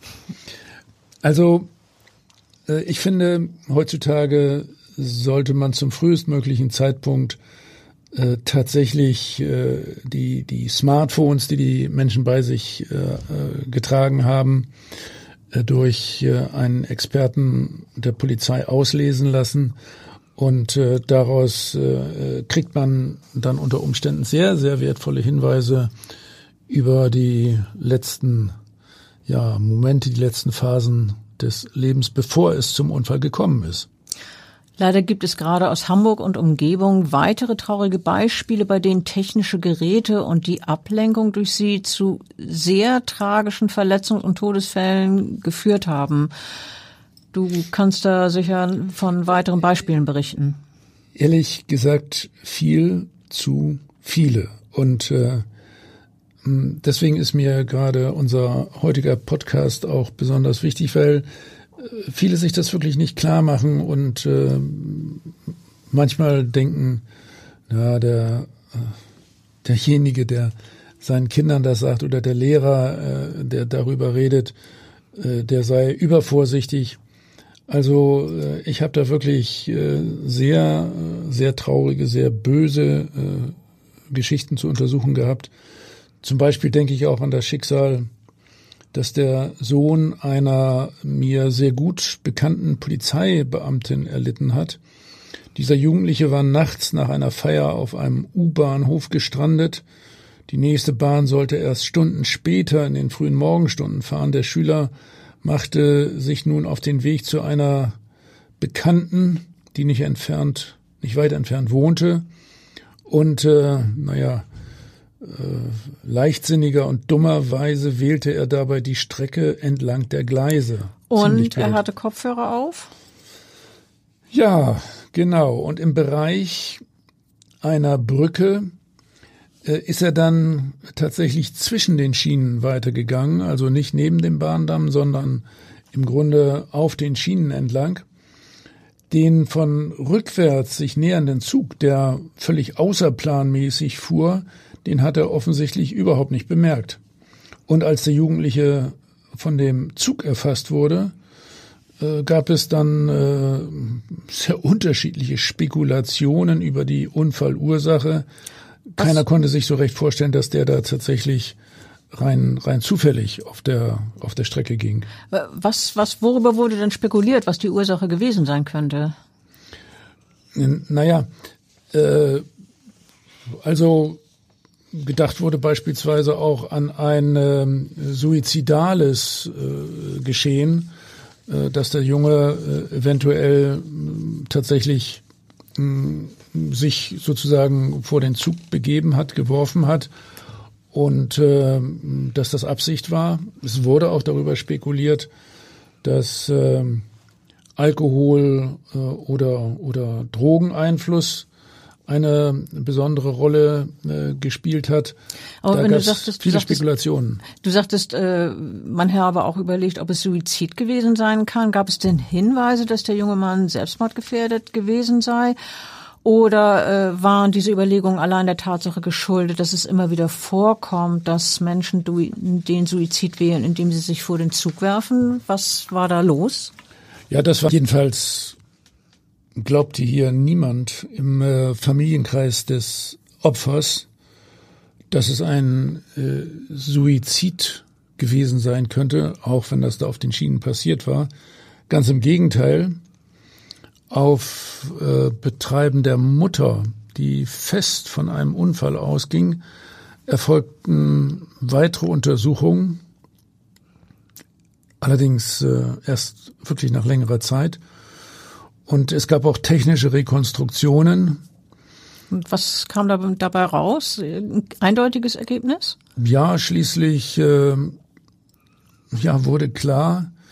Also ich finde, heutzutage sollte man zum frühestmöglichen Zeitpunkt tatsächlich die Smartphones, die Menschen bei sich getragen haben, durch einen Experten der Polizei auslesen lassen. Und daraus kriegt man dann unter Umständen sehr, sehr wertvolle Hinweise über die letzten Momente, die letzten Phasen des Lebens, bevor es zum Unfall gekommen ist. Leider gibt es gerade aus Hamburg und Umgebung weitere traurige Beispiele, bei denen technische Geräte und die Ablenkung durch sie zu sehr tragischen Verletzungen und Todesfällen geführt haben. Du kannst da sicher von weiteren Beispielen berichten. Ehrlich gesagt, viel zu viele. Und deswegen ist mir gerade unser heutiger Podcast auch besonders wichtig, weil viele sich das wirklich nicht klar machen und manchmal denken, derjenige, der seinen Kindern das sagt, oder der Lehrer, der darüber redet, der sei übervorsichtig. Also ich habe da wirklich sehr, sehr traurige, sehr böse Geschichten zu untersuchen gehabt. Zum Beispiel denke ich auch an das Schicksal, dass der Sohn einer mir sehr gut bekannten Polizeibeamtin erlitten hat. Dieser Jugendliche war nachts nach einer Feier auf einem U-Bahnhof gestrandet. Die nächste Bahn sollte erst Stunden später in den frühen Morgenstunden fahren. Der Schüler machte sich nun auf den Weg zu einer Bekannten, die nicht weit entfernt wohnte. Und leichtsinniger und dummerweise wählte er dabei die Strecke entlang der Gleise. Und er hatte Kopfhörer auf? Ja, genau. Und im Bereich einer Brücke ist er dann tatsächlich zwischen den Schienen weitergegangen, also nicht neben dem Bahndamm, sondern im Grunde auf den Schienen entlang. Den von rückwärts sich nähernden Zug, der völlig außerplanmäßig fuhr, den hat er offensichtlich überhaupt nicht bemerkt. Und als der Jugendliche von dem Zug erfasst wurde, gab es dann sehr unterschiedliche Spekulationen über die Unfallursache. Keiner konnte sich so recht vorstellen, dass der da tatsächlich rein zufällig auf der Strecke ging. Worüber wurde denn spekuliert, was die Ursache gewesen sein könnte? Also gedacht wurde beispielsweise auch an ein suizidales Geschehen, dass der Junge eventuell tatsächlich sich sozusagen vor den Zug begeben hat, geworfen hat und dass das Absicht war. Es wurde auch darüber spekuliert, dass Alkohol oder Drogeneinfluss eine besondere Rolle gespielt hat. Aber da wenn gab es viele Spekulationen. Du sagtest, man habe auch überlegt, ob es Suizid gewesen sein kann. Gab es denn Hinweise, dass der junge Mann selbstmordgefährdet gewesen sei? Oder waren diese Überlegungen allein der Tatsache geschuldet, dass es immer wieder vorkommt, dass Menschen den Suizid wählen, indem sie sich vor den Zug werfen? Was war da los? Ja, das war jedenfalls, glaubte hier niemand im Familienkreis des Opfers, dass es ein Suizid gewesen sein könnte, auch wenn das da auf den Schienen passiert war. Ganz im Gegenteil, auf Betreiben der Mutter, die fest von einem Unfall ausging, erfolgten weitere Untersuchungen, allerdings erst wirklich nach längerer Zeit. Und es gab auch technische Rekonstruktionen. Und was kam dabei raus? Ein eindeutiges Ergebnis? Ja, schließlich wurde klar,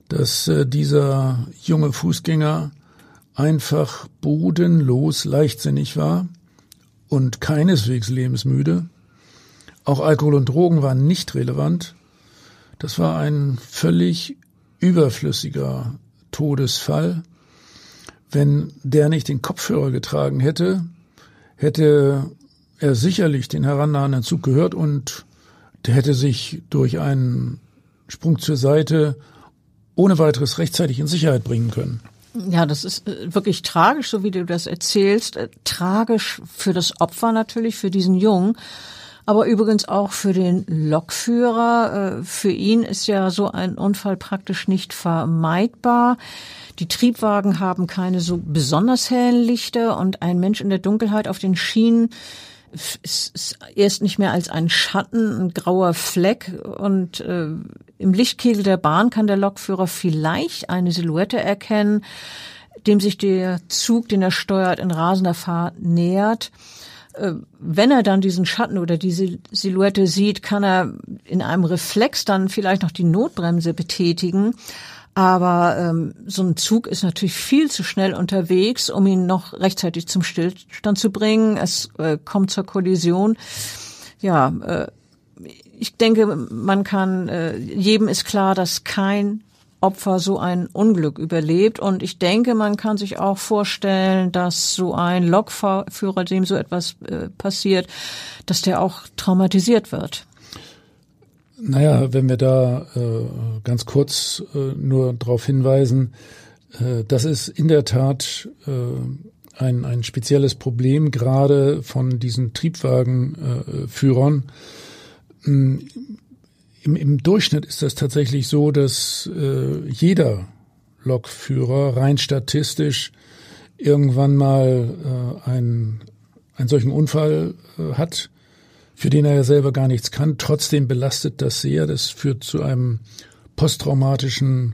dass dieser junge Fußgänger einfach bodenlos leichtsinnig war und keineswegs lebensmüde. Auch Alkohol und Drogen waren nicht relevant. Das war ein völlig überflüssiger Todesfall. Wenn der nicht den Kopfhörer getragen hätte, hätte er sicherlich den herannahenden Zug gehört und der hätte sich durch einen Sprung zur Seite ohne weiteres rechtzeitig in Sicherheit bringen können. Ja, das ist wirklich tragisch, so wie du das erzählst. Tragisch für das Opfer natürlich, für diesen Jungen. Aber übrigens auch für den Lokführer. Für ihn ist ja so ein Unfall praktisch nicht vermeidbar. Die Triebwagen haben keine so besonders hellen Lichter und ein Mensch in der Dunkelheit auf den Schienen ist erst nicht mehr als ein Schatten, ein grauer Fleck. Und im Lichtkegel der Bahn kann der Lokführer vielleicht eine Silhouette erkennen, dem sich der Zug, den er steuert, in rasender Fahrt nähert. Wenn er dann diesen Schatten oder diese Silhouette sieht, kann er in einem Reflex dann vielleicht noch die Notbremse betätigen. Aber so ein Zug ist natürlich viel zu schnell unterwegs, um ihn noch rechtzeitig zum Stillstand zu bringen. Es kommt zur Kollision. Ja, ich denke, man kann, jedem ist klar, dass kein Opfer so ein Unglück überlebt. Und ich denke, man kann sich auch vorstellen, dass so ein Lokführer, dem so etwas passiert, dass der auch traumatisiert wird. Naja, wenn wir da ganz kurz nur darauf hinweisen, das ist in der Tat ein spezielles Problem, gerade von diesen Triebwagenführern. Im Durchschnitt ist das tatsächlich so, dass jeder Lokführer rein statistisch irgendwann mal einen solchen Unfall hat, für den er ja selber gar nichts kann. Trotzdem belastet das sehr. Das führt zu einem posttraumatischen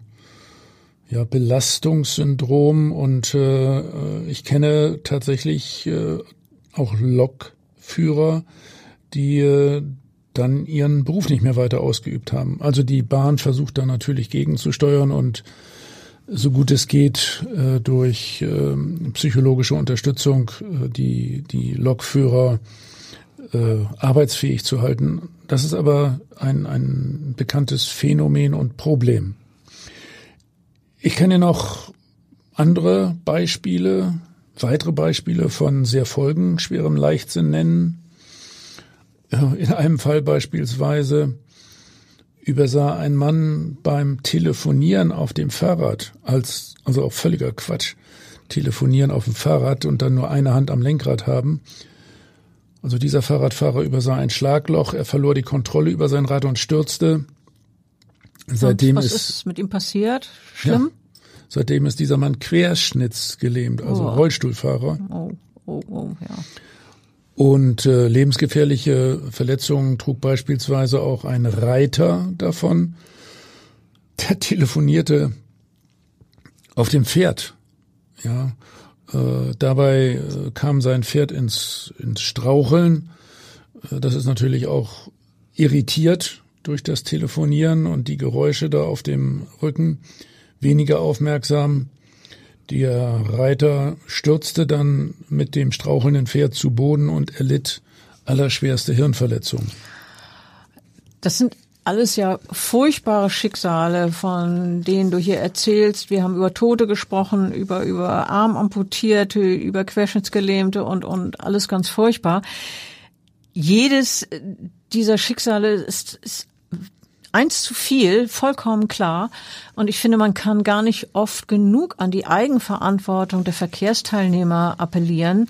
Belastungssyndrom. Und ich kenne tatsächlich auch Lokführer, die dann ihren Beruf nicht mehr weiter ausgeübt haben. Also die Bahn versucht da natürlich gegenzusteuern und so gut es geht durch psychologische Unterstützung die Lokführer arbeitsfähig zu halten. Das ist aber ein bekanntes Phänomen und Problem. Ich kann dir noch andere Beispiele, weitere Beispiele von sehr folgenschwerem Leichtsinn nennen. In einem Fall beispielsweise übersah ein Mann beim Telefonieren auf dem Fahrrad, also auch völliger Quatsch, telefonieren auf dem Fahrrad und dann nur eine Hand am Lenkrad haben. Also dieser Fahrradfahrer übersah ein Schlagloch, er verlor die Kontrolle über sein Rad und stürzte. Seitdem was ist mit ihm passiert? Schlimm? Ja, seitdem ist dieser Mann querschnittsgelähmt, also Rollstuhlfahrer. Ja. Und lebensgefährliche Verletzungen trug beispielsweise auch ein Reiter davon. Der telefonierte auf dem Pferd. Ja, dabei kam sein Pferd ins Straucheln. Das ist natürlich auch irritiert durch das Telefonieren und die Geräusche da auf dem Rücken. Weniger aufmerksam. Der Reiter stürzte dann mit dem strauchelnden Pferd zu Boden und erlitt allerschwerste Hirnverletzungen. Das sind alles ja furchtbare Schicksale, von denen du hier erzählst. Wir haben über Tote gesprochen, über Armamputierte, über Querschnittsgelähmte und alles ganz furchtbar. Jedes dieser Schicksale ist eins zu viel, vollkommen klar. Und ich finde, man kann gar nicht oft genug an die Eigenverantwortung der Verkehrsteilnehmer appellieren.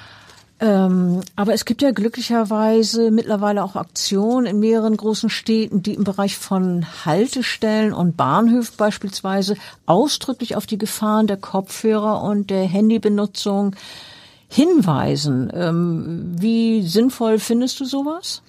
Aber es gibt ja glücklicherweise mittlerweile auch Aktionen in mehreren großen Städten, die im Bereich von Haltestellen und Bahnhöfen beispielsweise ausdrücklich auf die Gefahren der Kopfhörer und der Handybenutzung hinweisen. Wie sinnvoll findest du sowas?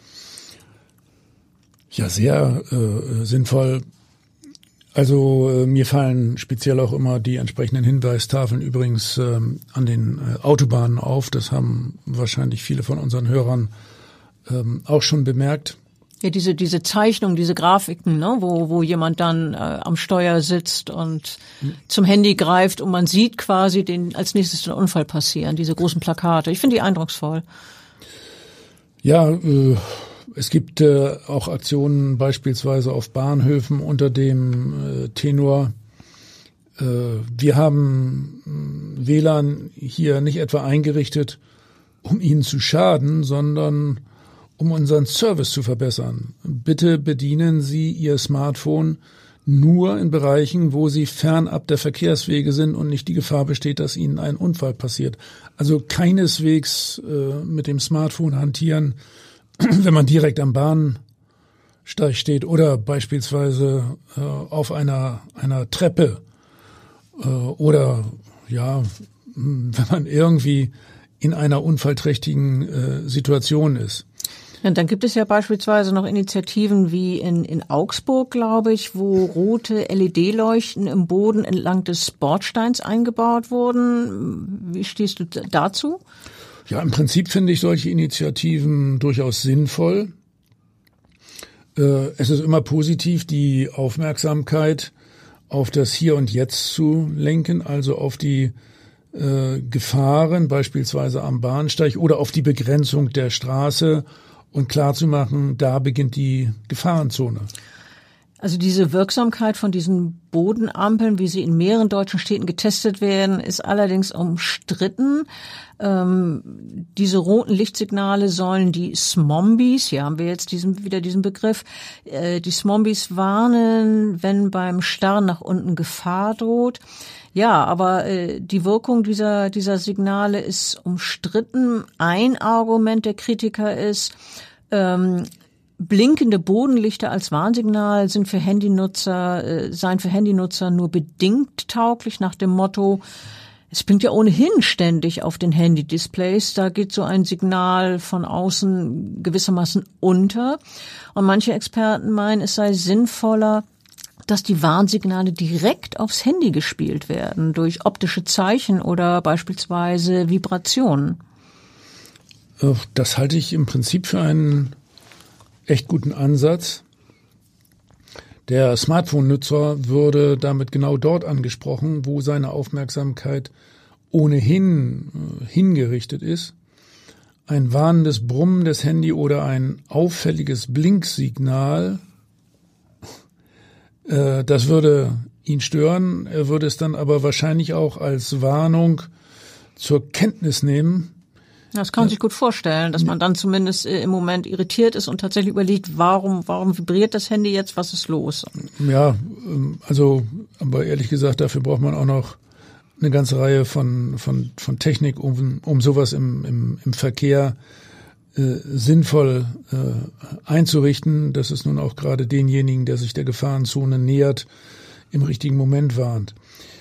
Ja, sehr sinnvoll. Also mir fallen speziell auch immer die entsprechenden Hinweistafeln übrigens an den Autobahnen auf. Das haben wahrscheinlich viele von unseren Hörern auch schon bemerkt. Ja, diese Zeichnung, diese Grafiken, ne, wo jemand dann am Steuer sitzt und zum Handy greift und man sieht quasi als nächstes den Unfall passieren, diese großen Plakate. Ich finde die eindrucksvoll. Ja, es gibt auch Aktionen beispielsweise auf Bahnhöfen unter dem Tenor: Wir haben WLAN hier nicht etwa eingerichtet, um Ihnen zu schaden, sondern um unseren Service zu verbessern. Bitte bedienen Sie Ihr Smartphone nur in Bereichen, wo Sie fernab der Verkehrswege sind und nicht die Gefahr besteht, dass Ihnen ein Unfall passiert. Also keineswegs mit dem Smartphone hantieren, wenn man direkt am Bahnsteig steht oder beispielsweise auf einer Treppe oder ja, wenn man irgendwie in einer unfallträchtigen Situation ist. Ja, dann gibt es ja beispielsweise noch Initiativen wie in Augsburg, glaube ich, wo rote LED-Leuchten im Boden entlang des Bordsteins eingebaut wurden. Wie stehst du dazu? Ja, im Prinzip finde ich solche Initiativen durchaus sinnvoll. Es ist immer positiv, die Aufmerksamkeit auf das Hier und Jetzt zu lenken, also auf die Gefahren, beispielsweise am Bahnsteig, oder auf die Begrenzung der Straße und klarzumachen, da beginnt die Gefahrenzone. Also diese Wirksamkeit von diesen Bodenampeln, wie sie in mehreren deutschen Städten getestet werden, ist allerdings umstritten. Diese roten Lichtsignale sollen die Smombies, hier haben wir jetzt wieder diesen Begriff, die Smombies warnen, wenn beim Starren nach unten Gefahr droht. Ja, aber die Wirkung dieser Signale ist umstritten. Ein Argument der Kritiker ist, blinkende Bodenlichter als Warnsignal seien für Handynutzer nur bedingt tauglich, nach dem Motto, es blinkt ja ohnehin ständig auf den Handy-Displays, da geht so ein Signal von außen gewissermaßen unter. Und manche Experten meinen, es sei sinnvoller, dass die Warnsignale direkt aufs Handy gespielt werden, durch optische Zeichen oder beispielsweise Vibrationen. Das halte ich im Prinzip für einen echt guten Ansatz. Der Smartphone-Nutzer würde damit genau dort angesprochen, wo seine Aufmerksamkeit ohnehin hingerichtet ist. Ein warnendes Brummen des Handy oder ein auffälliges Blinksignal, das würde ihn stören. Er würde es dann aber wahrscheinlich auch als Warnung zur Kenntnis nehmen. Das kann man sich gut vorstellen, dass man dann zumindest im Moment irritiert ist und tatsächlich überlegt, warum vibriert das Handy jetzt, was ist los? Ja, also, aber ehrlich gesagt, dafür braucht man auch noch eine ganze Reihe von Technik, um sowas im Verkehr sinnvoll einzurichten, dass es nun auch gerade denjenigen, der sich der Gefahrenzone nähert, im richtigen Moment warnt.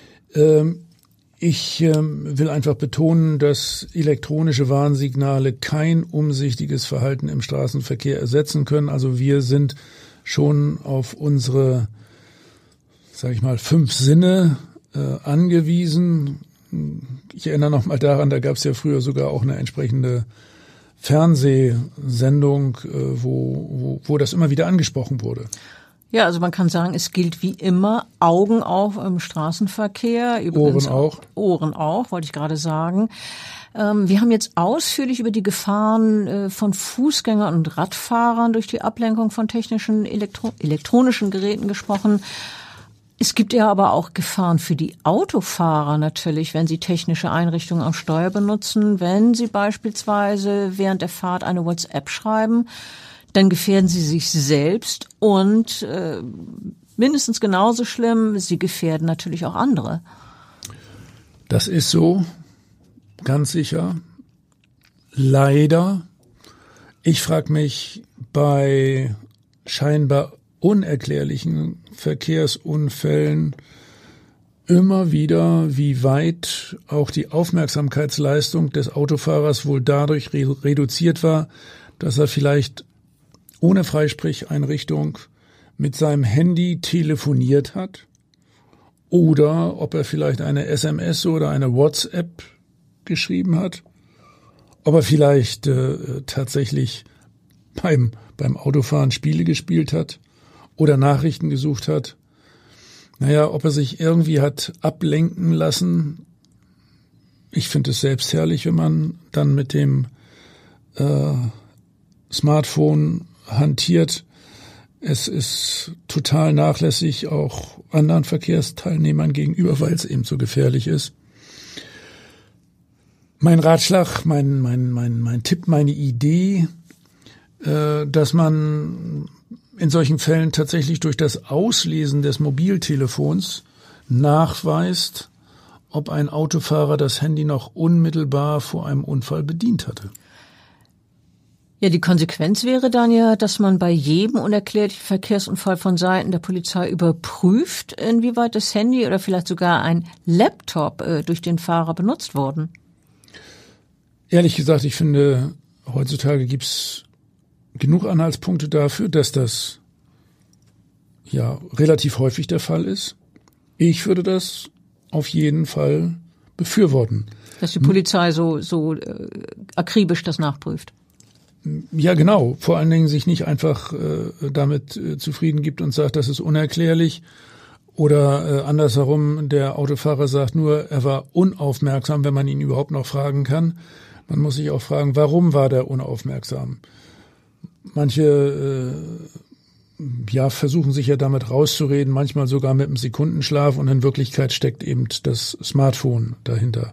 Ich will einfach betonen, dass elektronische Warnsignale kein umsichtiges Verhalten im Straßenverkehr ersetzen können. Also wir sind schon auf unsere, sage ich mal, 5 Sinne angewiesen. Ich erinnere noch mal daran, da gab es ja früher sogar auch eine entsprechende Fernsehsendung, wo das immer wieder angesprochen wurde. Ja, also man kann sagen, es gilt wie immer, Augen auf im Straßenverkehr. Übrigens Ohren auch, wollte ich gerade sagen. Wir haben jetzt ausführlich über die Gefahren von Fußgängern und Radfahrern durch die Ablenkung von technischen elektronischen Geräten gesprochen. Es gibt ja aber auch Gefahren für die Autofahrer natürlich, wenn sie technische Einrichtungen am Steuer benutzen. Wenn sie beispielsweise während der Fahrt eine WhatsApp schreiben, dann gefährden sie sich selbst und mindestens genauso schlimm, sie gefährden natürlich auch andere. Das ist so, ganz sicher. Leider. Ich frage mich bei scheinbar unerklärlichen Verkehrsunfällen immer wieder, wie weit auch die Aufmerksamkeitsleistung des Autofahrers wohl dadurch reduziert war, dass er vielleicht ohne Freisprecheinrichtung mit seinem Handy telefoniert hat oder ob er vielleicht eine SMS oder eine WhatsApp geschrieben hat, ob er vielleicht tatsächlich beim Autofahren Spiele gespielt hat oder Nachrichten gesucht hat. Naja, ob er sich irgendwie hat ablenken lassen. Ich finde es selbst herrlich, wenn man dann mit dem Smartphone hantiert. Es ist total nachlässig auch anderen Verkehrsteilnehmern gegenüber, weil es eben so gefährlich ist. Mein Ratschlag, mein Tipp, meine Idee, dass man in solchen Fällen tatsächlich durch das Auslesen des Mobiltelefons nachweist, ob ein Autofahrer das Handy noch unmittelbar vor einem Unfall bedient hatte. Ja, die Konsequenz wäre dann ja, dass man bei jedem unerklärlichen Verkehrsunfall von Seiten der Polizei überprüft, inwieweit das Handy oder vielleicht sogar ein Laptop durch den Fahrer benutzt wurden. Ehrlich gesagt, ich finde, heutzutage gibt's genug Anhaltspunkte dafür, dass das ja relativ häufig der Fall ist. Ich würde das auf jeden Fall befürworten. Dass die Polizei so akribisch das nachprüft. Ja, genau. Vor allen Dingen sich nicht einfach damit zufrieden gibt und sagt, das ist unerklärlich. Oder andersherum, der Autofahrer sagt nur, er war unaufmerksam, wenn man ihn überhaupt noch fragen kann. Man muss sich auch fragen, warum war der unaufmerksam? Manche versuchen sich ja damit rauszureden, manchmal sogar mit einem Sekundenschlaf, und in Wirklichkeit steckt eben das Smartphone dahinter.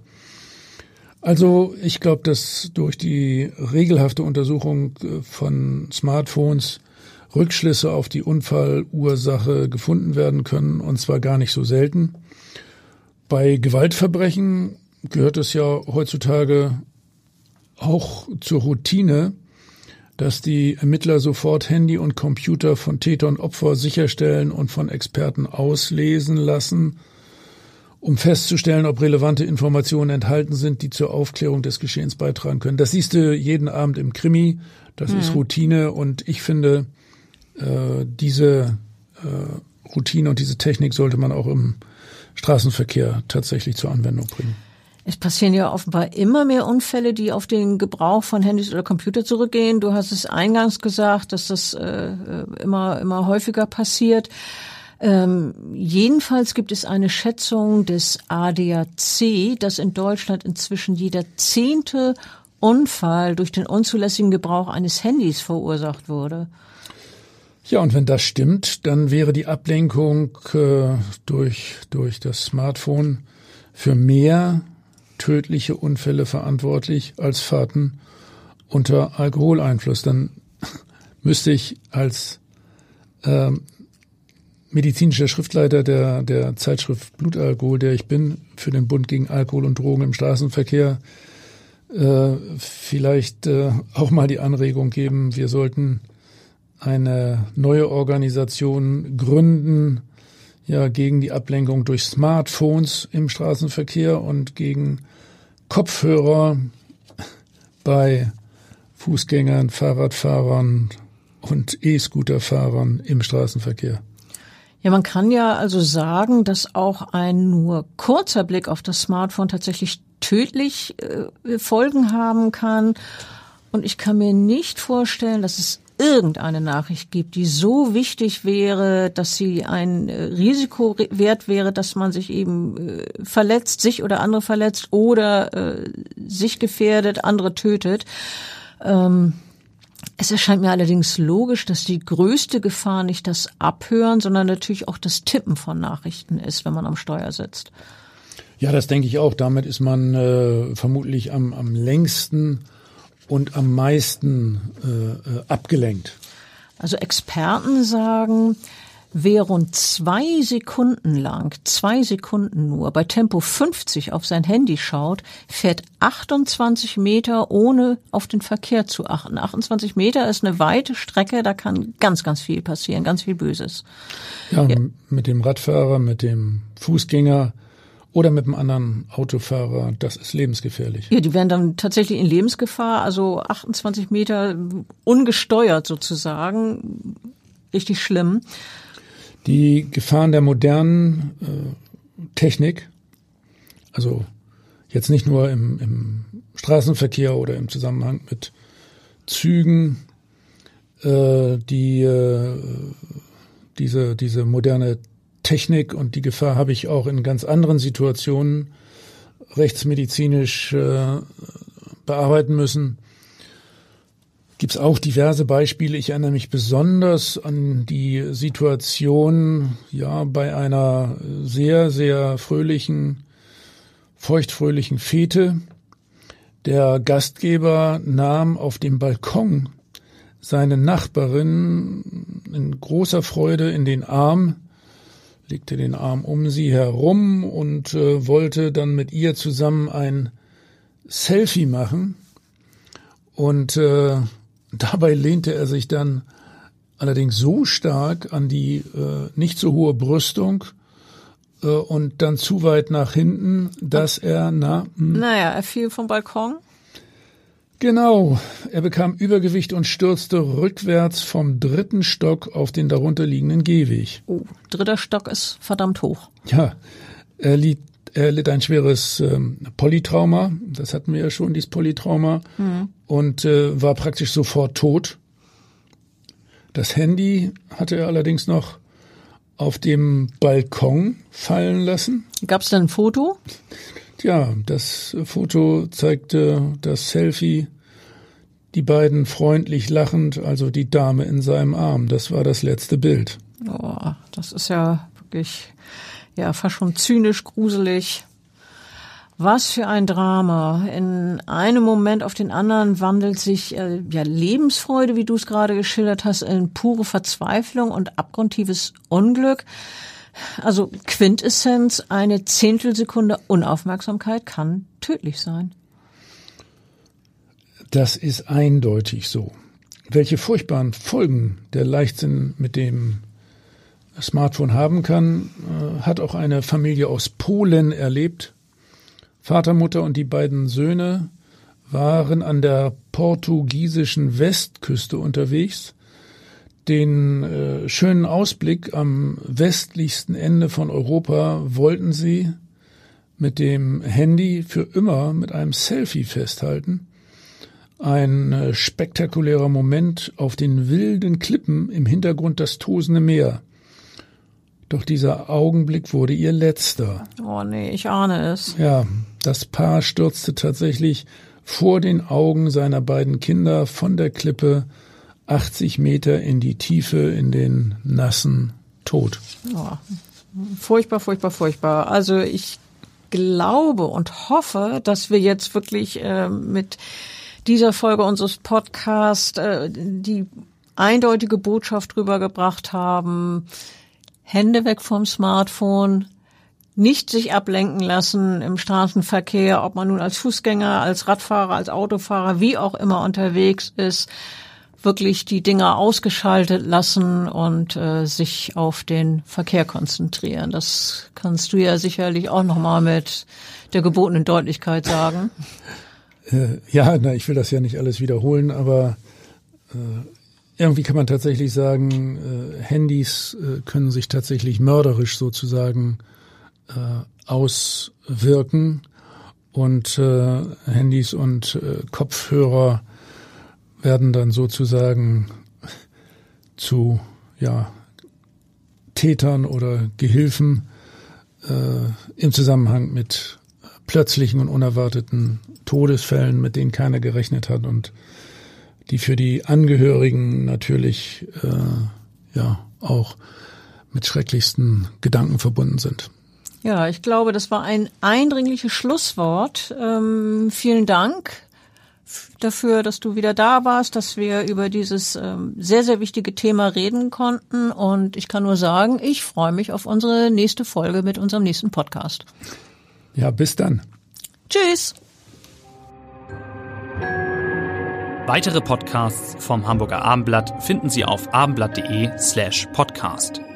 Also ich glaube, dass durch die regelhafte Untersuchung von Smartphones Rückschlüsse auf die Unfallursache gefunden werden können, und zwar gar nicht so selten. Bei Gewaltverbrechen gehört es ja heutzutage auch zur Routine, dass die Ermittler sofort Handy und Computer von Täter und Opfer sicherstellen und von Experten auslesen lassen, um festzustellen, ob relevante Informationen enthalten sind, die zur Aufklärung des Geschehens beitragen können. Das siehst du jeden Abend im Krimi, das ist Routine, und ich finde, diese Routine und diese Technik sollte man auch im Straßenverkehr tatsächlich zur Anwendung bringen. Es passieren ja offenbar immer mehr Unfälle, die auf den Gebrauch von Handys oder Computer zurückgehen. Du hast es eingangs gesagt, dass das immer häufiger passiert. Jedenfalls gibt es eine Schätzung des ADAC, dass in Deutschland inzwischen jeder 10. Unfall durch den unzulässigen Gebrauch eines Handys verursacht wurde. Ja, und wenn das stimmt, dann wäre die Ablenkung durch das Smartphone für mehr tödliche Unfälle verantwortlich als Fahrten unter Alkoholeinfluss. Dann müsste ich als medizinischer Schriftleiter der Zeitschrift Blutalkohol, der ich bin, für den Bund gegen Alkohol und Drogen im Straßenverkehr, vielleicht auch mal die Anregung geben, wir sollten eine neue Organisation gründen, ja, gegen die Ablenkung durch Smartphones im Straßenverkehr und gegen Kopfhörer bei Fußgängern, Fahrradfahrern und E-Scooterfahrern im Straßenverkehr. Ja, man kann ja also sagen, dass auch ein nur kurzer Blick auf das Smartphone tatsächlich tödlich Folgen haben kann. Und ich kann mir nicht vorstellen, dass es irgendeine Nachricht gibt, die so wichtig wäre, dass sie ein Risiko wert wäre, dass man sich eben verletzt, sich oder andere verletzt oder sich gefährdet, andere tötet. Es erscheint mir allerdings logisch, dass die größte Gefahr nicht das Abhören, sondern natürlich auch das Tippen von Nachrichten ist, wenn man am Steuer sitzt. Ja, das denke ich auch. Damit ist man vermutlich am längsten und am meisten abgelenkt. Also Experten sagen, wer rund 2 Sekunden lang, 2 Sekunden nur, bei Tempo 50 auf sein Handy schaut, fährt 28 Meter, ohne auf den Verkehr zu achten. 28 Meter ist eine weite Strecke, da kann ganz, ganz viel passieren, ganz viel Böses. Ja, mit dem Radfahrer, mit dem Fußgänger oder mit einem anderen Autofahrer, das ist lebensgefährlich. Ja, die wären dann tatsächlich in Lebensgefahr, also 28 Meter ungesteuert sozusagen, richtig schlimm. Die Gefahren der modernen Technik, also jetzt nicht nur im Straßenverkehr oder im Zusammenhang mit Zügen, Diese moderne Technik und die Gefahr habe ich auch in ganz anderen Situationen rechtsmedizinisch bearbeiten müssen. Gibt's auch diverse Beispiele. Ich erinnere mich besonders an die Situation, bei einer sehr, sehr feuchtfröhlichen Fete. Der Gastgeber nahm auf dem Balkon seine Nachbarin in großer Freude in den Arm, legte den Arm um sie herum und wollte dann mit ihr zusammen ein Selfie machen. Und dabei lehnte er sich dann allerdings so stark an die nicht so hohe Brüstung und dann zu weit nach hinten, dass er, er fiel vom Balkon. Genau, er bekam Übergewicht und stürzte rückwärts vom 3. Stock auf den darunterliegenden Gehweg. Oh, 3. Stock ist verdammt hoch. Ja, er litt ein schweres Polytrauma, das hatten wir ja schon, dieses Polytrauma, und war praktisch sofort tot. Das Handy hatte er allerdings noch auf dem Balkon fallen lassen. Gab's denn ein Foto? Ja, das Foto zeigte das Selfie, die beiden freundlich lachend, also die Dame in seinem Arm. Das war das letzte Bild. Oh, das ist ja wirklich, fast schon zynisch, gruselig. Was für ein Drama. In einem Moment auf den anderen wandelt sich Lebensfreude, wie du es gerade geschildert hast, in pure Verzweiflung und abgrundtiefes Unglück. Also Quintessenz, eine Zehntelsekunde Unaufmerksamkeit kann tödlich sein. Das ist eindeutig so. Welche furchtbaren Folgen der Leichtsinn mit dem Smartphone haben kann, hat auch eine Familie aus Polen erlebt. Vater, Mutter und die beiden Söhne waren an der portugiesischen Westküste unterwegs. Den schönen Ausblick am westlichsten Ende von Europa wollten sie mit dem Handy für immer mit einem Selfie festhalten. Ein spektakulärer Moment auf den wilden Klippen, im Hintergrund das tosende Meer. Doch dieser Augenblick wurde ihr letzter. Oh nee, ich ahne es. Ja, das Paar stürzte tatsächlich vor den Augen seiner beiden Kinder von der Klippe 80 Meter in die Tiefe, in den nassen Tod. Oh, furchtbar, furchtbar, furchtbar. Also ich glaube und hoffe, dass wir jetzt wirklich mit dieser Folge unseres Podcasts die eindeutige Botschaft rübergebracht haben: Hände weg vom Smartphone, nicht sich ablenken lassen im Straßenverkehr, ob man nun als Fußgänger, als Radfahrer, als Autofahrer, wie auch immer unterwegs ist, wirklich die Dinger ausgeschaltet lassen und sich auf den Verkehr konzentrieren. Das kannst du ja sicherlich auch nochmal mit der gebotenen Deutlichkeit sagen. Ich will das ja nicht alles wiederholen, aber irgendwie kann man tatsächlich sagen, Handys können sich tatsächlich mörderisch sozusagen auswirken, und Handys und Kopfhörer werden dann sozusagen zu Tätern oder Gehilfen im Zusammenhang mit plötzlichen und unerwarteten Todesfällen, mit denen keiner gerechnet hat und die für die Angehörigen natürlich auch mit schrecklichsten Gedanken verbunden sind. Ja, ich glaube, das war ein eindringliches Schlusswort. Vielen Dank dafür, dass du wieder da warst, dass wir über dieses sehr, sehr wichtige Thema reden konnten. Und ich kann nur sagen, ich freue mich auf unsere nächste Folge mit unserem nächsten Podcast. Ja, bis dann. Tschüss. Weitere Podcasts vom Hamburger Abendblatt finden Sie auf abendblatt.de/podcast.